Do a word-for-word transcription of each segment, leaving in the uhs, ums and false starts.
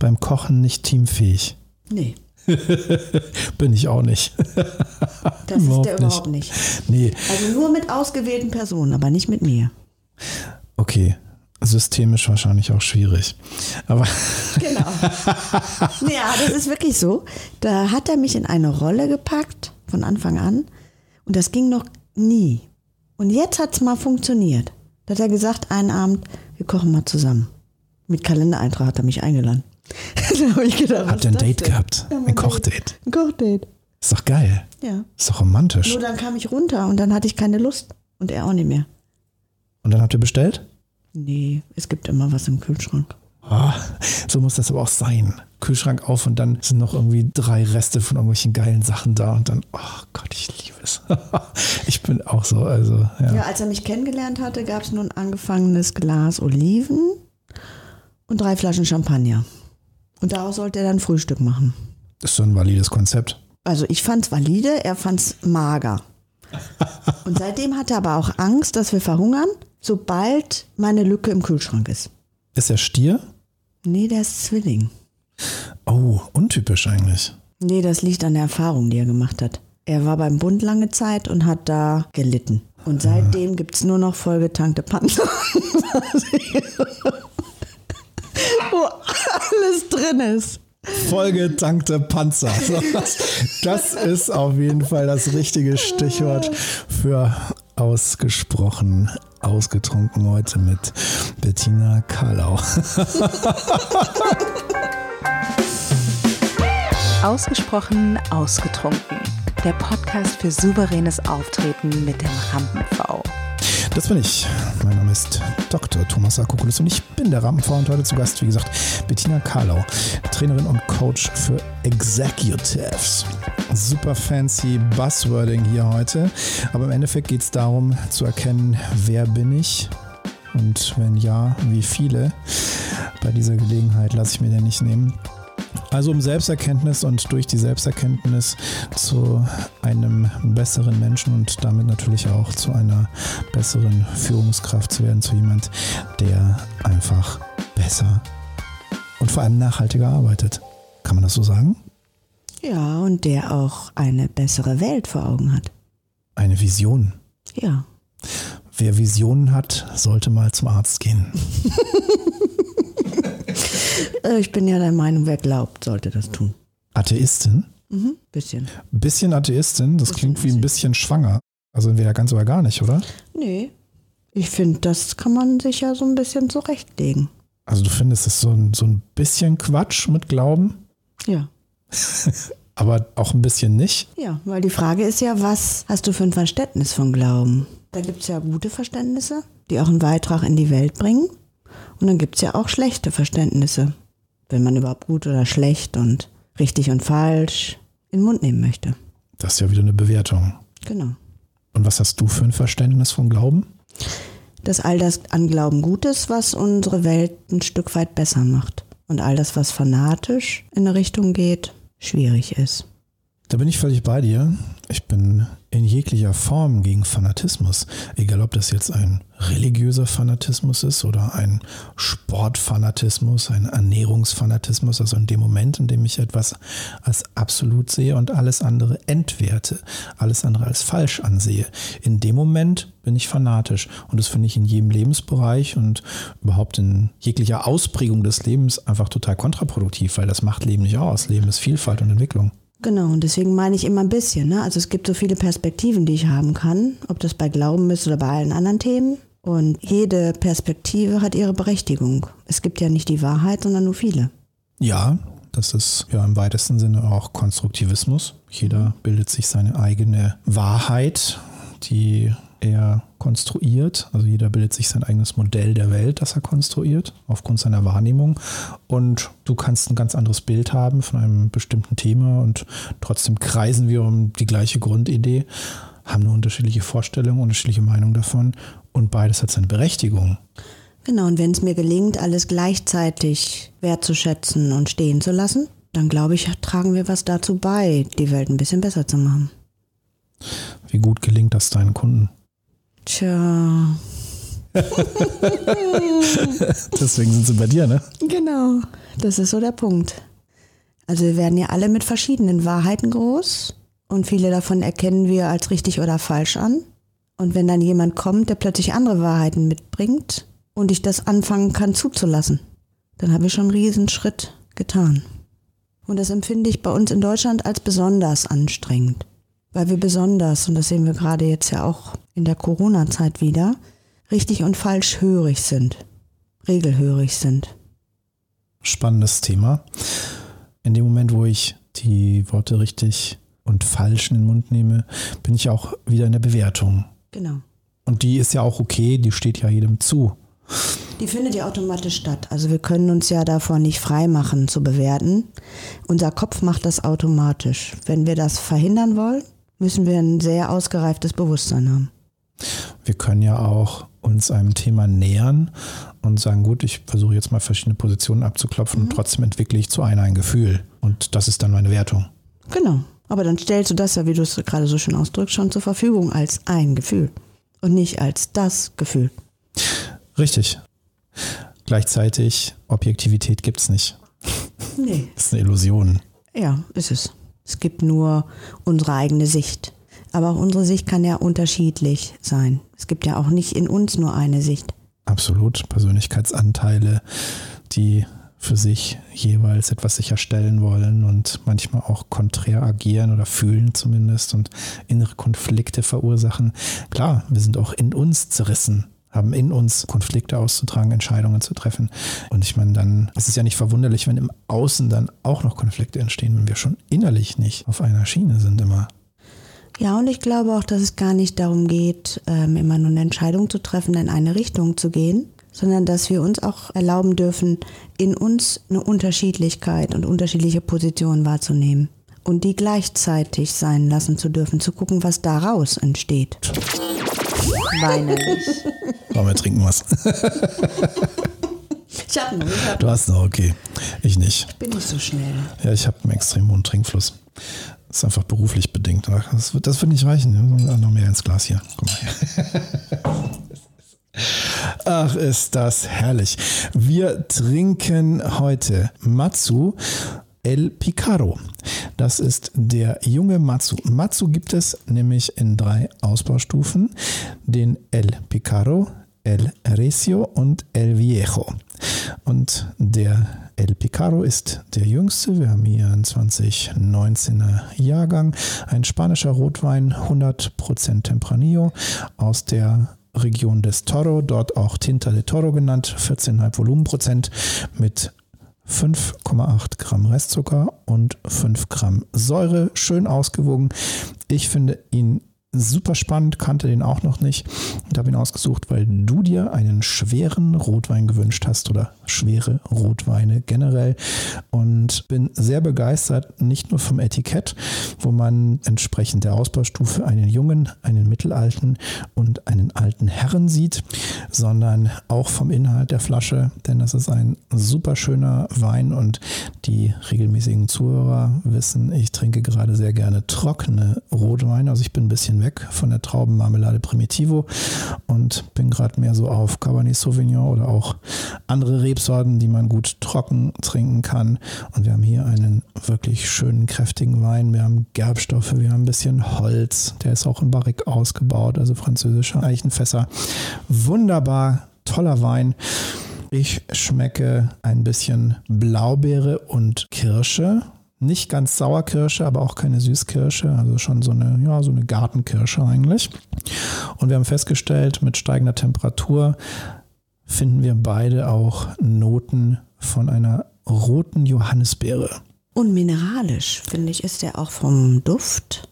beim Kochen nicht teamfähig? Nee. Bin ich auch nicht. Das ist der überhaupt nicht. Nee. Also nur mit ausgewählten Personen, aber nicht mit mir. Okay. Systemisch wahrscheinlich auch schwierig. Aber genau. Ja, das ist wirklich so. Da hat er mich in eine Rolle gepackt, von Anfang an. Und das ging noch nie. Und jetzt hat es mal funktioniert. Da hat er gesagt, einen Abend, wir kochen mal zusammen. Mit Kalendereintrag hat er mich eingeladen. Da habe ich gedacht, habt ihr ein Date denn? gehabt? Ja, ein Kochdate? Ein Kochdate. Ist doch geil. Ja. Ist doch romantisch. Nur dann kam ich runter und dann hatte ich keine Lust. Und er auch nicht mehr. Und dann habt ihr bestellt? Nee, es gibt immer was im Kühlschrank. Oh, so muss das aber auch sein. Kühlschrank auf und dann sind noch irgendwie drei Reste von irgendwelchen geilen Sachen da und dann, oh Gott, ich liebe es. Ich bin auch so, also, ja. Ja, als er mich kennengelernt hatte, gab es nun ein angefangenes Glas Oliven und drei Flaschen Champagner. Und daraus sollte er dann Frühstück machen. Das ist so ein valides Konzept. Also ich fand's valide, er fand's mager. Und seitdem hat er aber auch Angst, dass wir verhungern, sobald meine Lücke im Kühlschrank ist. Ist er Stier? Nee, der ist Zwilling. Oh, untypisch eigentlich. Nee, das liegt an der Erfahrung, die er gemacht hat. Er war beim Bund lange Zeit und hat da gelitten. Und seitdem ja. gibt es nur noch vollgetankte Panzer. Wo alles drin ist. Vollgetankte Panzer. Das, das ist auf jeden Fall das richtige Stichwort für ausgesprochen ausgetrunken heute mit Bettina Karlau. Ausgesprochen ausgetrunken. Der Podcast für souveränes Auftreten mit dem Rampen-V. Das bin ich. Mein Name ist Doktor Thomas Akokulis und ich bin der Rampen-V und heute zu Gast, wie gesagt, Bettina Karlau, Trainerin und Coach für Executives. Super fancy Buzzwording hier heute, aber im Endeffekt geht es darum zu erkennen, wer bin ich und wenn ja, wie viele. Bei dieser Gelegenheit lasse ich mir den nicht nehmen. Also um Selbsterkenntnis und durch die Selbsterkenntnis zu einem besseren Menschen und damit natürlich auch zu einer besseren Führungskraft zu werden, zu jemand, der einfach besser und vor allem nachhaltiger arbeitet. Kann man das so sagen? Ja, und der auch eine bessere Welt vor Augen hat. Eine Vision. Ja. Wer Visionen hat, sollte mal zum Arzt gehen. Ich bin ja der Meinung, wer glaubt, sollte das tun. Atheistin? Mhm, bisschen. Bisschen Atheistin? Das bisschen klingt wie ein bisschen schwanger. Also entweder ganz oder gar nicht, oder? Nee. Ich finde, das kann man sich ja so ein bisschen zurechtlegen. Also du findest es so ein, so ein bisschen Quatsch mit Glauben? Ja. Aber auch ein bisschen nicht? Ja, weil die Frage ist ja, was hast du für ein Verständnis von Glauben? Da gibt es ja gute Verständnisse, die auch einen Beitrag in die Welt bringen. Und dann gibt es ja auch schlechte Verständnisse, wenn man überhaupt gut oder schlecht und richtig und falsch in den Mund nehmen möchte. Das ist ja wieder eine Bewertung. Genau. Und was hast du für ein Verständnis von Glauben? Dass all das an Glauben gut ist, was unsere Welt ein Stück weit besser macht. Und all das, was fanatisch in eine Richtung geht, schwierig ist. Da bin ich völlig bei dir. Ich bin in jeglicher Form gegen Fanatismus. Egal, ob das jetzt ein religiöser Fanatismus ist oder ein Sportfanatismus, ein Ernährungsfanatismus. Also in dem Moment, in dem ich etwas als absolut sehe und alles andere entwerte, alles andere als falsch ansehe. In dem Moment bin ich fanatisch. Und das finde ich in jedem Lebensbereich und überhaupt in jeglicher Ausprägung des Lebens einfach total kontraproduktiv, weil das macht Leben nicht aus. Leben ist Vielfalt und Entwicklung. Genau, und deswegen meine ich immer ein bisschen. Ne? Also es gibt so viele Perspektiven, die ich haben kann, ob das bei Glauben ist oder bei allen anderen Themen. Und jede Perspektive hat ihre Berechtigung. Es gibt ja nicht die Wahrheit, sondern nur viele. Ja, das ist ja im weitesten Sinne auch Konstruktivismus. Jeder bildet sich seine eigene Wahrheit, die er konstruiert. Also jeder bildet sich sein eigenes Modell der Welt, das er konstruiert, aufgrund seiner Wahrnehmung. Und du kannst ein ganz anderes Bild haben von einem bestimmten Thema und trotzdem kreisen wir um die gleiche Grundidee, haben nur unterschiedliche Vorstellungen, unterschiedliche Meinungen davon und beides hat seine Berechtigung. Genau, und wenn es mir gelingt, alles gleichzeitig wertzuschätzen und stehen zu lassen, dann glaube ich, tragen wir was dazu bei, die Welt ein bisschen besser zu machen. Wie gut gelingt das deinen Kunden? Tja, Deswegen sind sie bei dir, ne? Genau, das ist so der Punkt. Also wir werden ja alle mit verschiedenen Wahrheiten groß und viele davon erkennen wir als richtig oder falsch an. Und wenn dann jemand kommt, der plötzlich andere Wahrheiten mitbringt und ich das anfangen kann zuzulassen, dann habe ich schon einen riesen Schritt getan. Und das empfinde ich bei uns in Deutschland als besonders anstrengend, weil wir besonders, und das sehen wir gerade jetzt ja auch in der Corona-Zeit wieder, richtig und falsch hörig sind, regelhörig sind. Spannendes Thema. In dem Moment, wo ich die Worte richtig und falsch in den Mund nehme, bin ich auch wieder in der Bewertung. Genau. Und die ist ja auch okay, die steht ja jedem zu. Die findet ja automatisch statt. Also wir können uns ja davon nicht frei machen zu bewerten. Unser Kopf macht das automatisch. Wenn wir das verhindern wollen, müssen wir ein sehr ausgereiftes Bewusstsein haben. Wir können ja auch uns einem Thema nähern und sagen, gut, ich versuche jetzt mal verschiedene Positionen abzuklopfen mhm. und trotzdem entwickle ich zu einer ein Gefühl. Und das ist dann meine Wertung. Genau. Aber dann stellst du das ja, wie du es gerade so schön ausdrückst, schon zur Verfügung als ein Gefühl und nicht als das Gefühl. Richtig. Gleichzeitig, Objektivität gibt es nicht. Nee. Das ist eine Illusion. Ja, ist es. Es gibt nur unsere eigene Sicht. Aber auch unsere Sicht kann ja unterschiedlich sein. Es gibt ja auch nicht in uns nur eine Sicht. Absolut. Persönlichkeitsanteile, die für sich jeweils etwas sicherstellen wollen und manchmal auch konträr agieren oder fühlen zumindest und innere Konflikte verursachen. Klar, wir sind auch in uns zerrissen, haben in uns Konflikte auszutragen, Entscheidungen zu treffen. Und ich meine, dann ist es ja nicht verwunderlich, wenn im Außen dann auch noch Konflikte entstehen, wenn wir schon innerlich nicht auf einer Schiene sind immer. Ja, und ich glaube auch, dass es gar nicht darum geht, ähm, immer nur eine Entscheidung zu treffen, in eine Richtung zu gehen, sondern dass wir uns auch erlauben dürfen, in uns eine Unterschiedlichkeit und unterschiedliche Positionen wahrzunehmen und die gleichzeitig sein lassen zu dürfen, zu gucken, was daraus entsteht. Weinerlich. Wollen wir trinken was? Ich hab noch, ich hab Du hast noch, okay. Ich nicht. Ich bin nicht so schnell. Ja, ich habe einen extrem hohen Trinkfluss. Das ist einfach beruflich bedingt. Das wird, das wird nicht reichen. Noch mehr ins Glas hier. Guck mal her. Ach, ist das herrlich. Wir trinken heute Matsu El Picaro. Das ist der junge Matsu. Matsu gibt es nämlich in drei Ausbaustufen. Den El Picaro, El Recio und El Viejo. Und der El Picaro ist der jüngste. Wir haben hier einen zwanzig neunzehner Jahrgang. Ein spanischer Rotwein, hundert Prozent Tempranillo aus der Region des Toro, dort auch Tinta de Toro genannt, vierzehn Komma fünf Volumenprozent mit fünf Komma acht Gramm Restzucker und fünf Gramm Säure. Schön ausgewogen. Ich finde ihn super spannend, kannte den auch noch nicht und habe ihn ausgesucht, weil du dir einen schweren Rotwein gewünscht hast oder schwere Rotweine generell und bin sehr begeistert, nicht nur vom Etikett, wo man entsprechend der Ausbaustufe einen jungen, einen mittelalten und einen alten Herren sieht, sondern auch vom Inhalt der Flasche, denn das ist ein super schöner Wein und die regelmäßigen Zuhörer wissen, ich trinke gerade sehr gerne trockene Rotweine, also ich bin ein bisschen weg von der Traubenmarmelade Primitivo und bin gerade mehr so auf Cabernet Sauvignon oder auch andere Rebsorten, die man gut trocken trinken kann. Und wir haben hier einen wirklich schönen, kräftigen Wein. Wir haben Gerbstoffe, wir haben ein bisschen Holz. Der ist auch in Barrique ausgebaut, also französische Eichenfässer. Wunderbar, toller Wein. Ich schmecke ein bisschen Blaubeere und Kirsche. Nicht ganz Sauerkirsche, aber auch keine Süßkirsche, also schon so eine, ja, so eine Gartenkirsche eigentlich. Und wir haben festgestellt, mit steigender Temperatur finden wir beide auch Noten von einer roten Johannisbeere. Und mineralisch, finde ich, ist der auch vom Duft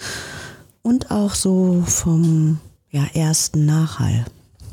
und auch so vom ja, ersten Nachhall.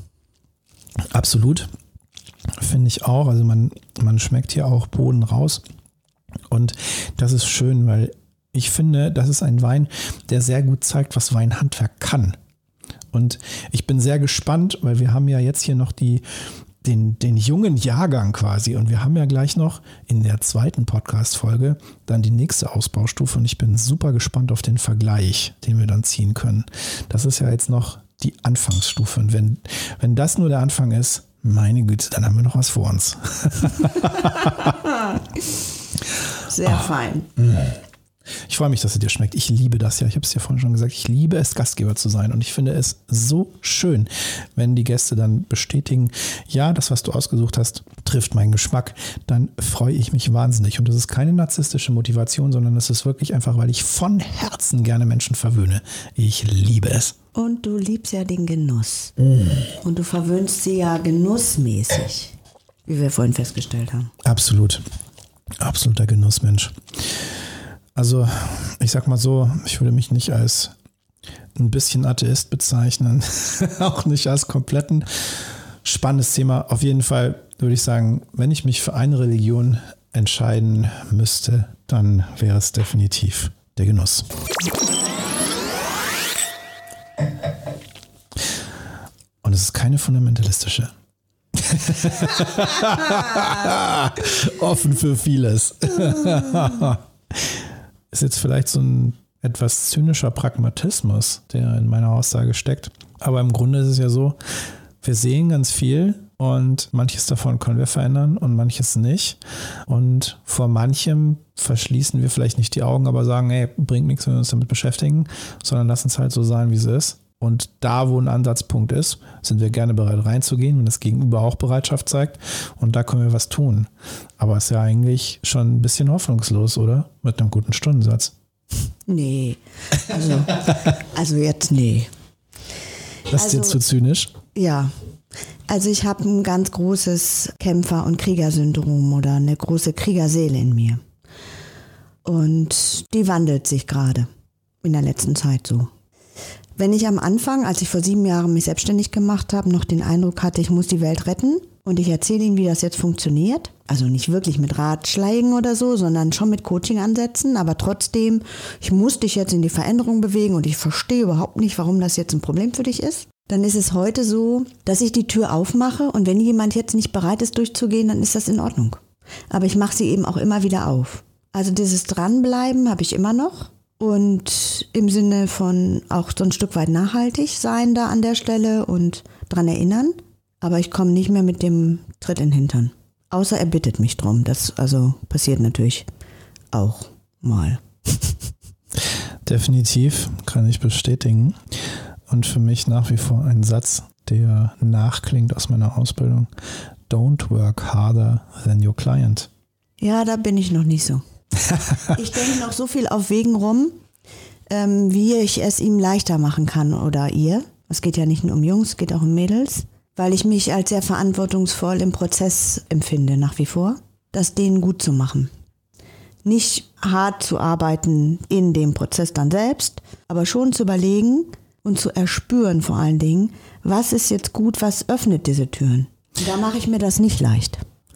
Absolut, finde ich auch. Also man, man schmeckt hier auch Boden raus. Und das ist schön, weil ich finde, das ist ein Wein, der sehr gut zeigt, was Weinhandwerk kann. Und ich bin sehr gespannt, weil wir haben ja jetzt hier noch die, den, den jungen Jahrgang quasi und wir haben ja gleich noch in der zweiten Podcast-Folge dann die nächste Ausbaustufe und ich bin super gespannt auf den Vergleich, den wir dann ziehen können. Das ist ja jetzt noch die Anfangsstufe. Und wenn, wenn das nur der Anfang ist, meine Güte, dann haben wir noch was vor uns. Sehr oh. fein. Ich freue mich, dass es dir schmeckt. Ich liebe das ja. Ich habe es dir vorhin schon gesagt. Ich liebe es, Gastgeber zu sein. Und ich finde es so schön, wenn die Gäste dann bestätigen, ja, das, was du ausgesucht hast, trifft meinen Geschmack. Dann freue ich mich wahnsinnig. Und das ist keine narzisstische Motivation, sondern es ist wirklich einfach, weil ich von Herzen gerne Menschen verwöhne. Ich liebe es. Und du liebst ja den Genuss. Mm. Und du verwöhnst sie ja genussmäßig, wie wir vorhin festgestellt haben. Absolut. Absoluter Genussmensch. Also, ich sag mal so, ich würde mich nicht als ein bisschen Atheist bezeichnen, auch nicht als kompletten. Spannendes Thema. Auf jeden Fall würde ich sagen, wenn ich mich für eine Religion entscheiden müsste, dann wäre es definitiv der Genuss. Und es ist keine fundamentalistische. Offen für vieles. Ist jetzt vielleicht so ein etwas zynischer Pragmatismus, der in meiner Aussage steckt. Aber im Grunde ist es ja so, wir sehen ganz viel und manches davon können wir verändern und manches nicht. Und vor manchem verschließen wir vielleicht nicht die Augen, aber sagen, hey, bringt nichts, wenn wir uns damit beschäftigen, sondern lass uns halt so sein, wie es ist. Und da, wo ein Ansatzpunkt ist, sind wir gerne bereit reinzugehen, wenn das Gegenüber auch Bereitschaft zeigt. Und da können wir was tun. Aber es ist ja eigentlich schon ein bisschen hoffnungslos, oder? Mit einem guten Stundensatz. Nee, also, also jetzt nee. Das ist also, jetzt zu zynisch? Ja, also ich habe ein ganz großes Kämpfer- und Kriegersyndrom oder eine große Kriegerseele in mir. Und die wandelt sich gerade in der letzten Zeit so. Wenn ich am Anfang, als ich vor sieben Jahren mich selbstständig gemacht habe, noch den Eindruck hatte, ich muss die Welt retten und ich erzähle Ihnen, wie das jetzt funktioniert, also nicht wirklich mit Ratschlägen oder so, sondern schon mit Coaching-Ansätzen, aber trotzdem, ich muss dich jetzt in die Veränderung bewegen und ich verstehe überhaupt nicht, warum das jetzt ein Problem für dich ist, dann ist es heute so, dass ich die Tür aufmache und wenn jemand jetzt nicht bereit ist durchzugehen, dann ist das in Ordnung. Aber ich mache sie eben auch immer wieder auf. Also dieses Dranbleiben habe ich immer noch. Und im Sinne von auch so ein Stück weit nachhaltig sein da an der Stelle und dran erinnern. Aber ich komme nicht mehr mit dem Tritt in den Hintern. Außer er bittet mich drum. Das also passiert natürlich auch mal. Definitiv, kann ich bestätigen. Und für mich nach wie vor ein Satz, der nachklingt aus meiner Ausbildung. Don't work harder than your client. Ja, da bin ich noch nicht so. Ich denke noch so viel auf Wegen rum, ähm, wie ich es ihm leichter machen kann oder ihr. Es geht ja nicht nur um Jungs, es geht auch um Mädels, weil ich mich als sehr verantwortungsvoll im Prozess empfinde, nach wie vor, das denen gut zu machen. Nicht hart zu arbeiten in dem Prozess dann selbst, aber schon zu überlegen und zu erspüren vor allen Dingen, was ist jetzt gut, was öffnet diese Türen. Und da mache ich mir das nicht leicht.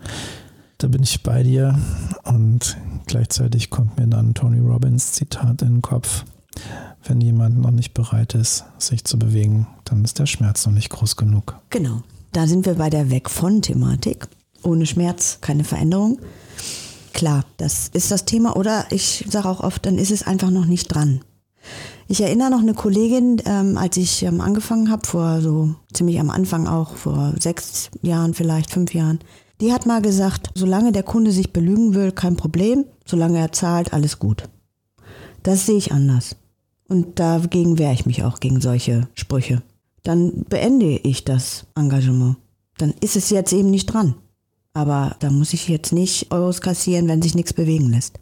Da bin ich bei dir und gleichzeitig kommt mir dann Tony Robbins Zitat in den Kopf. Wenn jemand noch nicht bereit ist, sich zu bewegen, dann ist der Schmerz noch nicht groß genug. Genau, da sind wir bei der Weg-von-Thematik. Ohne Schmerz keine Veränderung. Klar, das ist das Thema. Oder ich sage auch oft, dann ist es einfach noch nicht dran. Ich erinnere noch eine Kollegin, ähm, als ich ähm, angefangen habe, vor so ziemlich am Anfang auch, vor sechs Jahren vielleicht, fünf Jahren, die hat mal gesagt, solange der Kunde sich belügen will, kein Problem, solange er zahlt, alles gut. Das sehe ich anders. Und dagegen wehre ich mich auch, gegen solche Sprüche. Dann beende ich das Engagement. Dann ist es jetzt eben nicht dran. Aber da muss ich jetzt nicht Euros kassieren, wenn sich nichts bewegen lässt.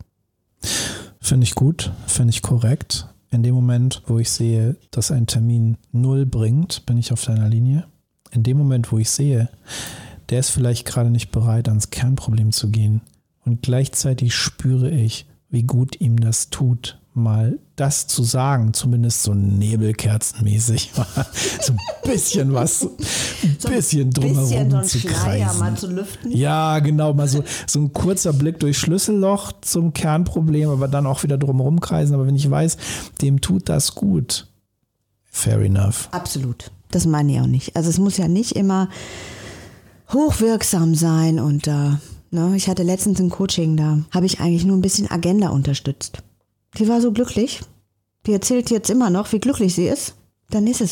Finde ich gut, finde ich korrekt. In dem Moment, wo ich sehe, dass ein Termin null bringt, bin ich auf deiner Linie. In dem Moment, wo ich sehe, der ist vielleicht gerade nicht bereit, ans Kernproblem zu gehen. Und gleichzeitig spüre ich, wie gut ihm das tut, mal das zu sagen, zumindest so nebelkerzenmäßig. So ein bisschen was, ein so bisschen drumherum so ein zu Schleier kreisen. mal zu lüften. Ja, genau, mal so, so ein kurzer Blick durch Schlüsselloch zum Kernproblem, aber dann auch wieder drumherum kreisen. Aber wenn ich weiß, dem tut das gut, fair enough. Absolut, das meine ich auch nicht. Also es muss ja nicht immer hochwirksam sein und äh, ne, ich hatte letztens ein Coaching, da habe ich eigentlich nur ein bisschen Agenda unterstützt. Die war so glücklich, die erzählt jetzt immer noch, wie glücklich sie ist, dann ist es so.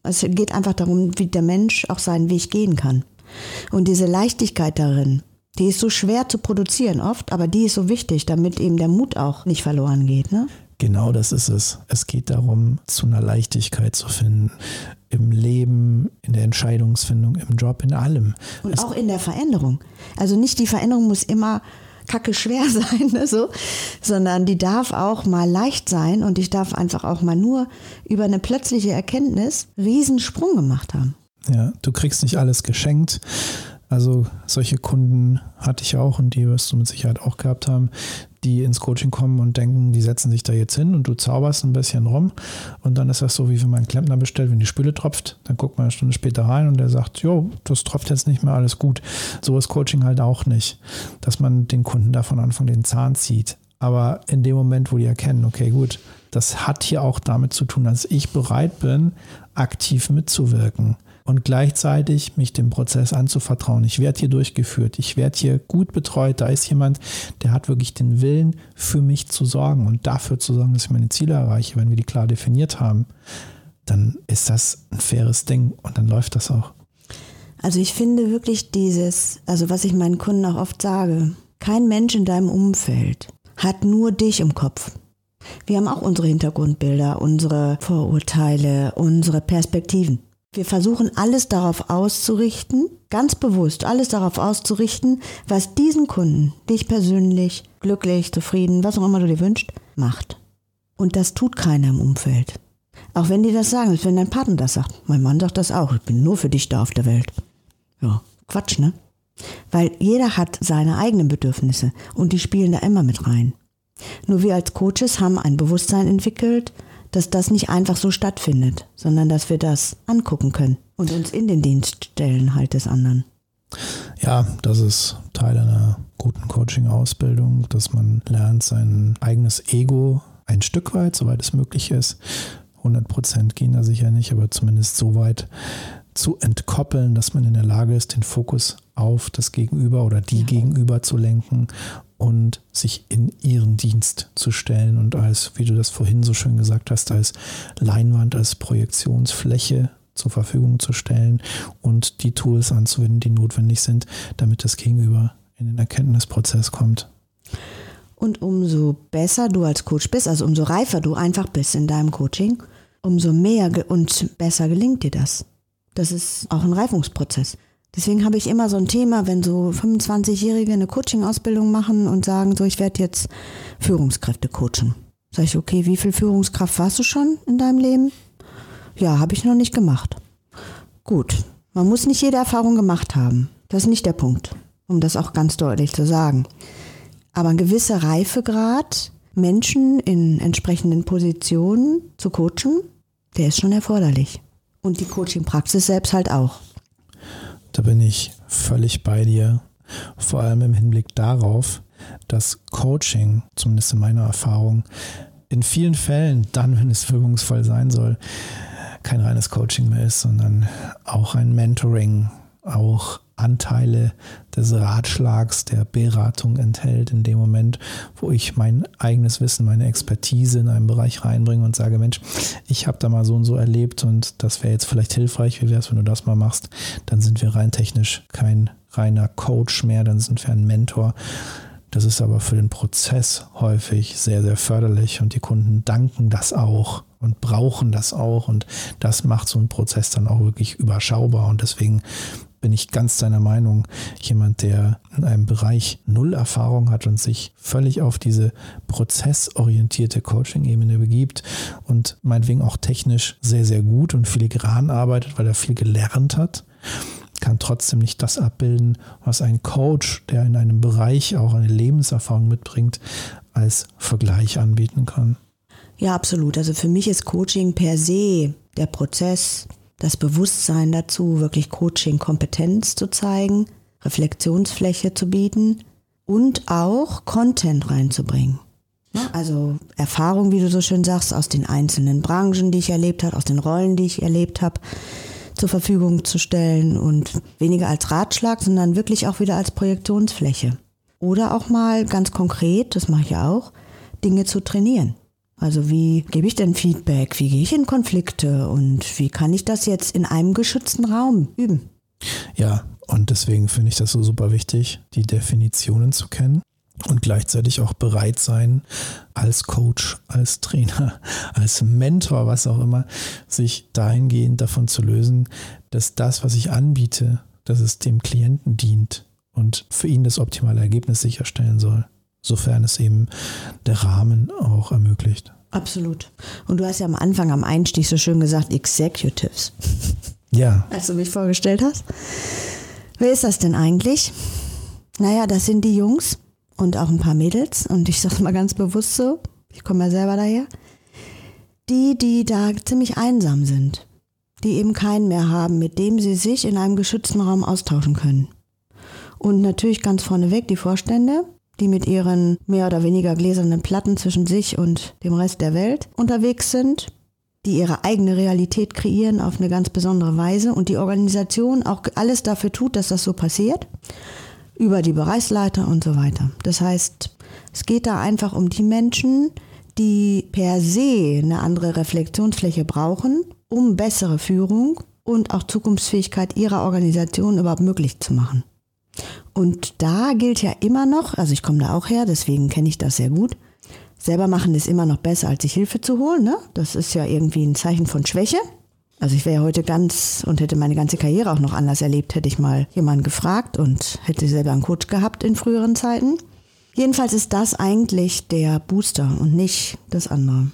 Es geht einfach darum, wie der Mensch auch seinen Weg gehen kann. Und diese Leichtigkeit darin, die ist so schwer zu produzieren oft, aber die ist so wichtig, damit eben der Mut auch nicht verloren geht. Ne? Genau das ist es. Es geht darum, zu einer Leichtigkeit zu finden. Im Leben, in der Entscheidungsfindung, im Job, in allem. Und es auch in der Veränderung. Also nicht die Veränderung muss immer kacke schwer sein, ne, so, sondern die darf auch mal leicht sein und ich darf einfach auch mal nur über eine plötzliche Erkenntnis einen Riesensprung gemacht haben. Ja, du kriegst nicht alles geschenkt. Also solche Kunden hatte ich auch und die wirst du mit Sicherheit auch gehabt haben, die ins Coaching kommen und denken, die setzen sich da jetzt hin und du zauberst ein bisschen rum und dann ist das so, wie wenn man einen Klempner bestellt, wenn die Spüle tropft, dann guckt man eine Stunde später rein und der sagt, jo, das tropft jetzt nicht mehr, alles gut. So ist Coaching halt auch nicht, dass man den Kunden da von Anfang den Zahn zieht. Aber in dem Moment, wo die erkennen, okay, gut, das hat hier auch damit zu tun, dass ich bereit bin, aktiv mitzuwirken. Und gleichzeitig mich dem Prozess anzuvertrauen. Ich werde hier durchgeführt, ich werde hier gut betreut. Da ist jemand, der hat wirklich den Willen, für mich zu sorgen und dafür zu sorgen, dass ich meine Ziele erreiche. Wenn wir die klar definiert haben, dann ist das ein faires Ding und dann läuft das auch. Also ich finde wirklich dieses, also was ich meinen Kunden auch oft sage, kein Mensch in deinem Umfeld hat nur dich im Kopf. Wir haben auch unsere Hintergrundbilder, unsere Vorurteile, unsere Perspektiven. Wir versuchen alles darauf auszurichten, ganz bewusst alles darauf auszurichten, was diesen Kunden, dich persönlich, glücklich, zufrieden, was auch immer du dir wünschst, macht. Und das tut keiner im Umfeld. Auch wenn die das sagen, wenn dein Partner das sagt. Mein Mann sagt das auch, ich bin nur für dich da auf der Welt. Ja, Quatsch, ne? Weil jeder hat seine eigenen Bedürfnisse und die spielen da immer mit rein. Nur wir als Coaches haben ein Bewusstsein entwickelt, dass das nicht einfach so stattfindet, sondern dass wir das angucken können und uns in den Dienst stellen halt des anderen. Ja, das ist Teil einer guten Coaching-Ausbildung, dass man lernt, sein eigenes Ego ein Stück weit, soweit es möglich ist, hundert Prozent gehen da sicher nicht, aber zumindest so weit zu entkoppeln, dass man in der Lage ist, den Fokus auf das Gegenüber oder die ja. Gegenüber zu lenken und sich in ihren Dienst zu stellen und als, wie du das vorhin so schön gesagt hast, als Leinwand, als Projektionsfläche zur Verfügung zu stellen und die Tools anzuwenden, die notwendig sind, damit das Gegenüber in den Erkenntnisprozess kommt. Und umso besser du als Coach bist, also umso reifer du einfach bist in deinem Coaching, umso mehr ge- und besser gelingt dir das. Das ist auch ein Reifungsprozess. Deswegen habe ich immer so ein Thema, wenn so fünfundzwanzigjährige eine Coaching-Ausbildung machen und sagen, so ich werde jetzt Führungskräfte coachen. Sag ich, okay, wie viel Führungskraft warst du schon in deinem Leben? Ja, habe ich noch nicht gemacht. Gut, man muss nicht jede Erfahrung gemacht haben. Das ist nicht der Punkt, um das auch ganz deutlich zu sagen. Aber ein gewisser Reifegrad, Menschen in entsprechenden Positionen zu coachen, der ist schon erforderlich. Und die Coaching-Praxis selbst halt auch. Da bin ich völlig bei dir, vor allem im Hinblick darauf, dass Coaching, zumindest in meiner Erfahrung, in vielen Fällen, dann, wenn es wirkungsvoll sein soll, kein reines Coaching mehr ist, sondern auch ein Mentoring, auch Anteile des Ratschlags, der Beratung enthält, in dem Moment, wo ich mein eigenes Wissen, meine Expertise in einen Bereich reinbringe und sage, Mensch, ich habe da mal so und so erlebt und das wäre jetzt vielleicht hilfreich, wie wäre es, wenn du das mal machst, dann sind wir rein technisch kein reiner Coach mehr, dann sind wir ein Mentor. Das ist aber für den Prozess häufig sehr, sehr förderlich und die Kunden danken das auch und brauchen das auch und das macht so einen Prozess dann auch wirklich überschaubar und deswegen bin ich ganz deiner Meinung, jemand, der in einem Bereich null Erfahrung hat und sich völlig auf diese prozessorientierte Coaching-Ebene begibt und meinetwegen auch technisch sehr, sehr gut und filigran arbeitet, weil er viel gelernt hat, kann trotzdem nicht das abbilden, was ein Coach, der in einem Bereich auch eine Lebenserfahrung mitbringt, als Vergleich anbieten kann. Ja, absolut. Also für mich ist Coaching per se der Prozess, das Bewusstsein dazu, wirklich Coaching-Kompetenz zu zeigen, Reflexionsfläche zu bieten und auch Content reinzubringen. Also Erfahrung, wie du so schön sagst, aus den einzelnen Branchen, die ich erlebt habe, aus den Rollen, die ich erlebt habe, zur Verfügung zu stellen und weniger als Ratschlag, sondern wirklich auch wieder als Projektionsfläche. Oder auch mal ganz konkret, das mache ich ja auch, Dinge zu trainieren. Also wie gebe ich denn Feedback, wie gehe ich in Konflikte und wie kann ich das jetzt in einem geschützten Raum üben? Ja, und deswegen finde ich das so super wichtig, die Definitionen zu kennen und gleichzeitig auch bereit sein, als Coach, als Trainer, als Mentor, was auch immer, sich dahingehend davon zu lösen, dass das, was ich anbiete, dass es dem Klienten dient und für ihn das optimale Ergebnis sicherstellen soll, sofern es eben der Rahmen auch ermöglicht. Absolut. Und du hast ja am Anfang, am Einstieg so schön gesagt, Executives. Ja. Als du mich vorgestellt hast. Wer ist das denn eigentlich? Naja, das sind die Jungs und auch ein paar Mädels. Und ich sage es mal ganz bewusst so, ich komme ja selber daher. Die, die da ziemlich einsam sind. Die eben keinen mehr haben, mit dem sie sich in einem geschützten Raum austauschen können. Und natürlich ganz vorneweg die Vorstände, die mit ihren mehr oder weniger gläsernen Platten zwischen sich und dem Rest der Welt unterwegs sind, die ihre eigene Realität kreieren auf eine ganz besondere Weise und die Organisation auch alles dafür tut, dass das so passiert, über die Bereichsleiter und so weiter. Das heißt, es geht da einfach um die Menschen, die per se eine andere Reflexionsfläche brauchen, um bessere Führung und auch Zukunftsfähigkeit ihrer Organisation überhaupt möglich zu machen. Und da gilt ja immer noch, also ich komme da auch her, deswegen kenne ich das sehr gut, selber machen ist immer noch besser, als sich Hilfe zu holen. Ne? Das ist ja irgendwie ein Zeichen von Schwäche. Also ich wäre ja heute ganz und hätte meine ganze Karriere auch noch anders erlebt, hätte ich mal jemanden gefragt und hätte selber einen Coach gehabt in früheren Zeiten. Jedenfalls ist das eigentlich der Booster und nicht das andere.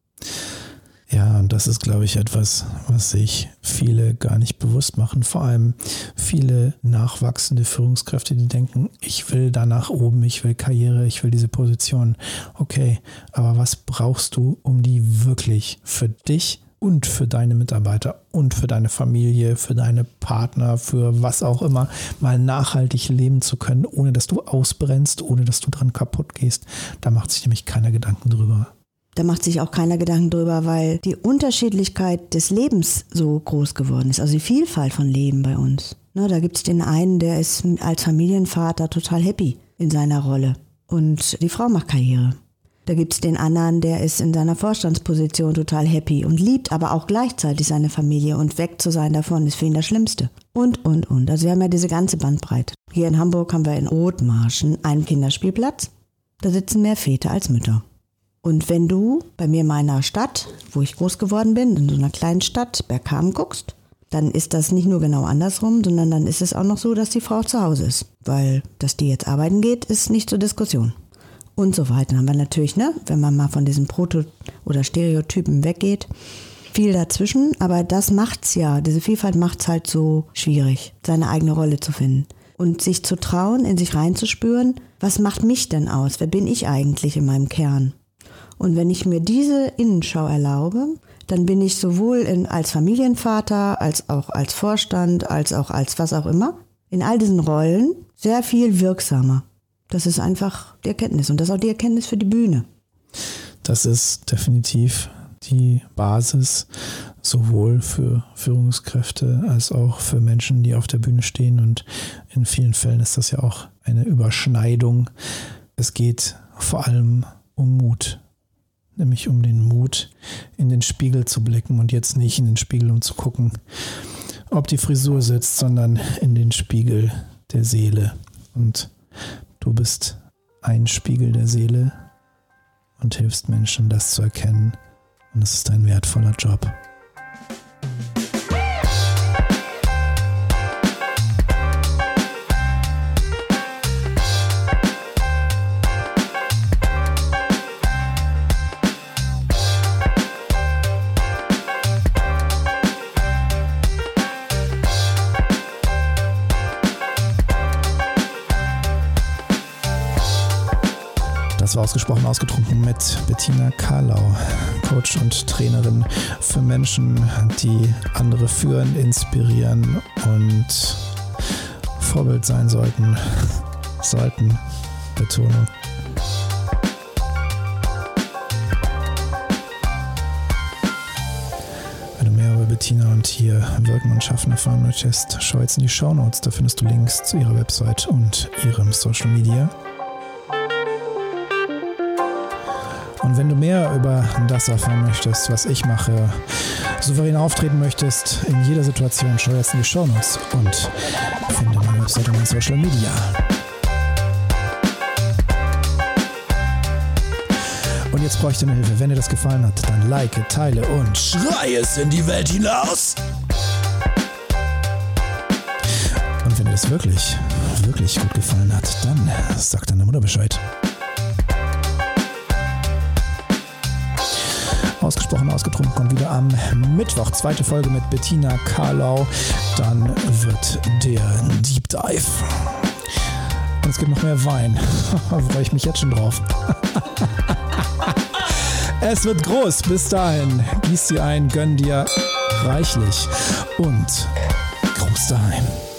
Ja, und das ist, glaube ich, etwas, was sich viele gar nicht bewusst machen. Vor allem viele nachwachsende Führungskräfte, die denken, ich will da nach oben, ich will Karriere, ich will diese Position. Okay, aber was brauchst du, um die wirklich für dich und für deine Mitarbeiter und für deine Familie, für deine Partner, für was auch immer, mal nachhaltig leben zu können, ohne dass du ausbrennst, ohne dass du dran kaputt gehst? Da macht sich nämlich keiner Gedanken drüber. Da macht sich auch keiner Gedanken drüber, weil die Unterschiedlichkeit des Lebens so groß geworden ist. Also die Vielfalt von Leben bei uns. Ne, da gibt es den einen, der ist als Familienvater total happy in seiner Rolle. Und die Frau macht Karriere. Da gibt es den anderen, der ist in seiner Vorstandsposition total happy und liebt aber auch gleichzeitig seine Familie. Und weg zu sein davon ist für ihn das Schlimmste. Und, und, und. Also wir haben ja diese ganze Bandbreite. Hier in Hamburg haben wir in Othmarschen einen Kinderspielplatz. Da sitzen mehr Väter als Mütter. Und wenn du bei mir in meiner Stadt, wo ich groß geworden bin, in so einer kleinen Stadt, Bergkamen guckst, dann ist das nicht nur genau andersrum, sondern dann ist es auch noch so, dass die Frau zu Hause ist. Weil, dass die jetzt arbeiten geht, ist nicht zur Diskussion. Und so weiter. Dann haben wir natürlich, ne, wenn man mal von diesen Proto- oder Stereotypen weggeht, viel dazwischen. Aber das macht's ja, diese Vielfalt macht's halt so schwierig, seine eigene Rolle zu finden. Und sich zu trauen, in sich reinzuspüren, was macht mich denn aus? Wer bin ich eigentlich in meinem Kern? Und wenn ich mir diese Innenschau erlaube, dann bin ich sowohl in, als Familienvater, als auch als Vorstand, als auch als was auch immer, in all diesen Rollen sehr viel wirksamer. Das ist einfach die Erkenntnis und das ist auch die Erkenntnis für die Bühne. Das ist definitiv die Basis sowohl für Führungskräfte als auch für Menschen, die auf der Bühne stehen. Und in vielen Fällen ist das ja auch eine Überschneidung. Es geht vor allem um Mut. Nämlich um den Mut, in den Spiegel zu blicken und jetzt nicht in den Spiegel, um zu gucken, ob die Frisur sitzt, sondern in den Spiegel der Seele. Und du bist ein Spiegel der Seele und hilfst Menschen, das zu erkennen. Und es ist ein wertvoller Job. Das war ausgesprochen ausgetrunken mit Bettina Karlau, Coach und Trainerin für Menschen, die andere führen, inspirieren und Vorbild sein sollten. Sollten, Betonung. Wenn du mehr über Bettina und hier Wirken und Schaffen erfahren möchtest, schau jetzt in die Shownotes, da findest du Links zu ihrer Website und ihrem Social Media. Und wenn du mehr über das erfahren möchtest, was ich mache, souverän auftreten möchtest, in jeder Situation, schau jetzt in die Shownotes und finde meine Website und mein Social Media. Und jetzt brauche ich deine Hilfe. Wenn dir das gefallen hat, dann like, teile und schrei es in die Welt hinaus. Und wenn dir das wirklich, wirklich gut gefallen hat, dann sag deiner Mutter Bescheid. Ausgesprochen, ausgetrunken kommt wieder am Mittwoch. Zweite Folge mit Bettina Karlau. Dann wird der Deep Dive. Und es gibt noch mehr Wein. Da freue ich mich jetzt schon drauf. Es wird groß. Bis dahin. Gieß dir ein, gönn dir reichlich. Und Gruß daheim.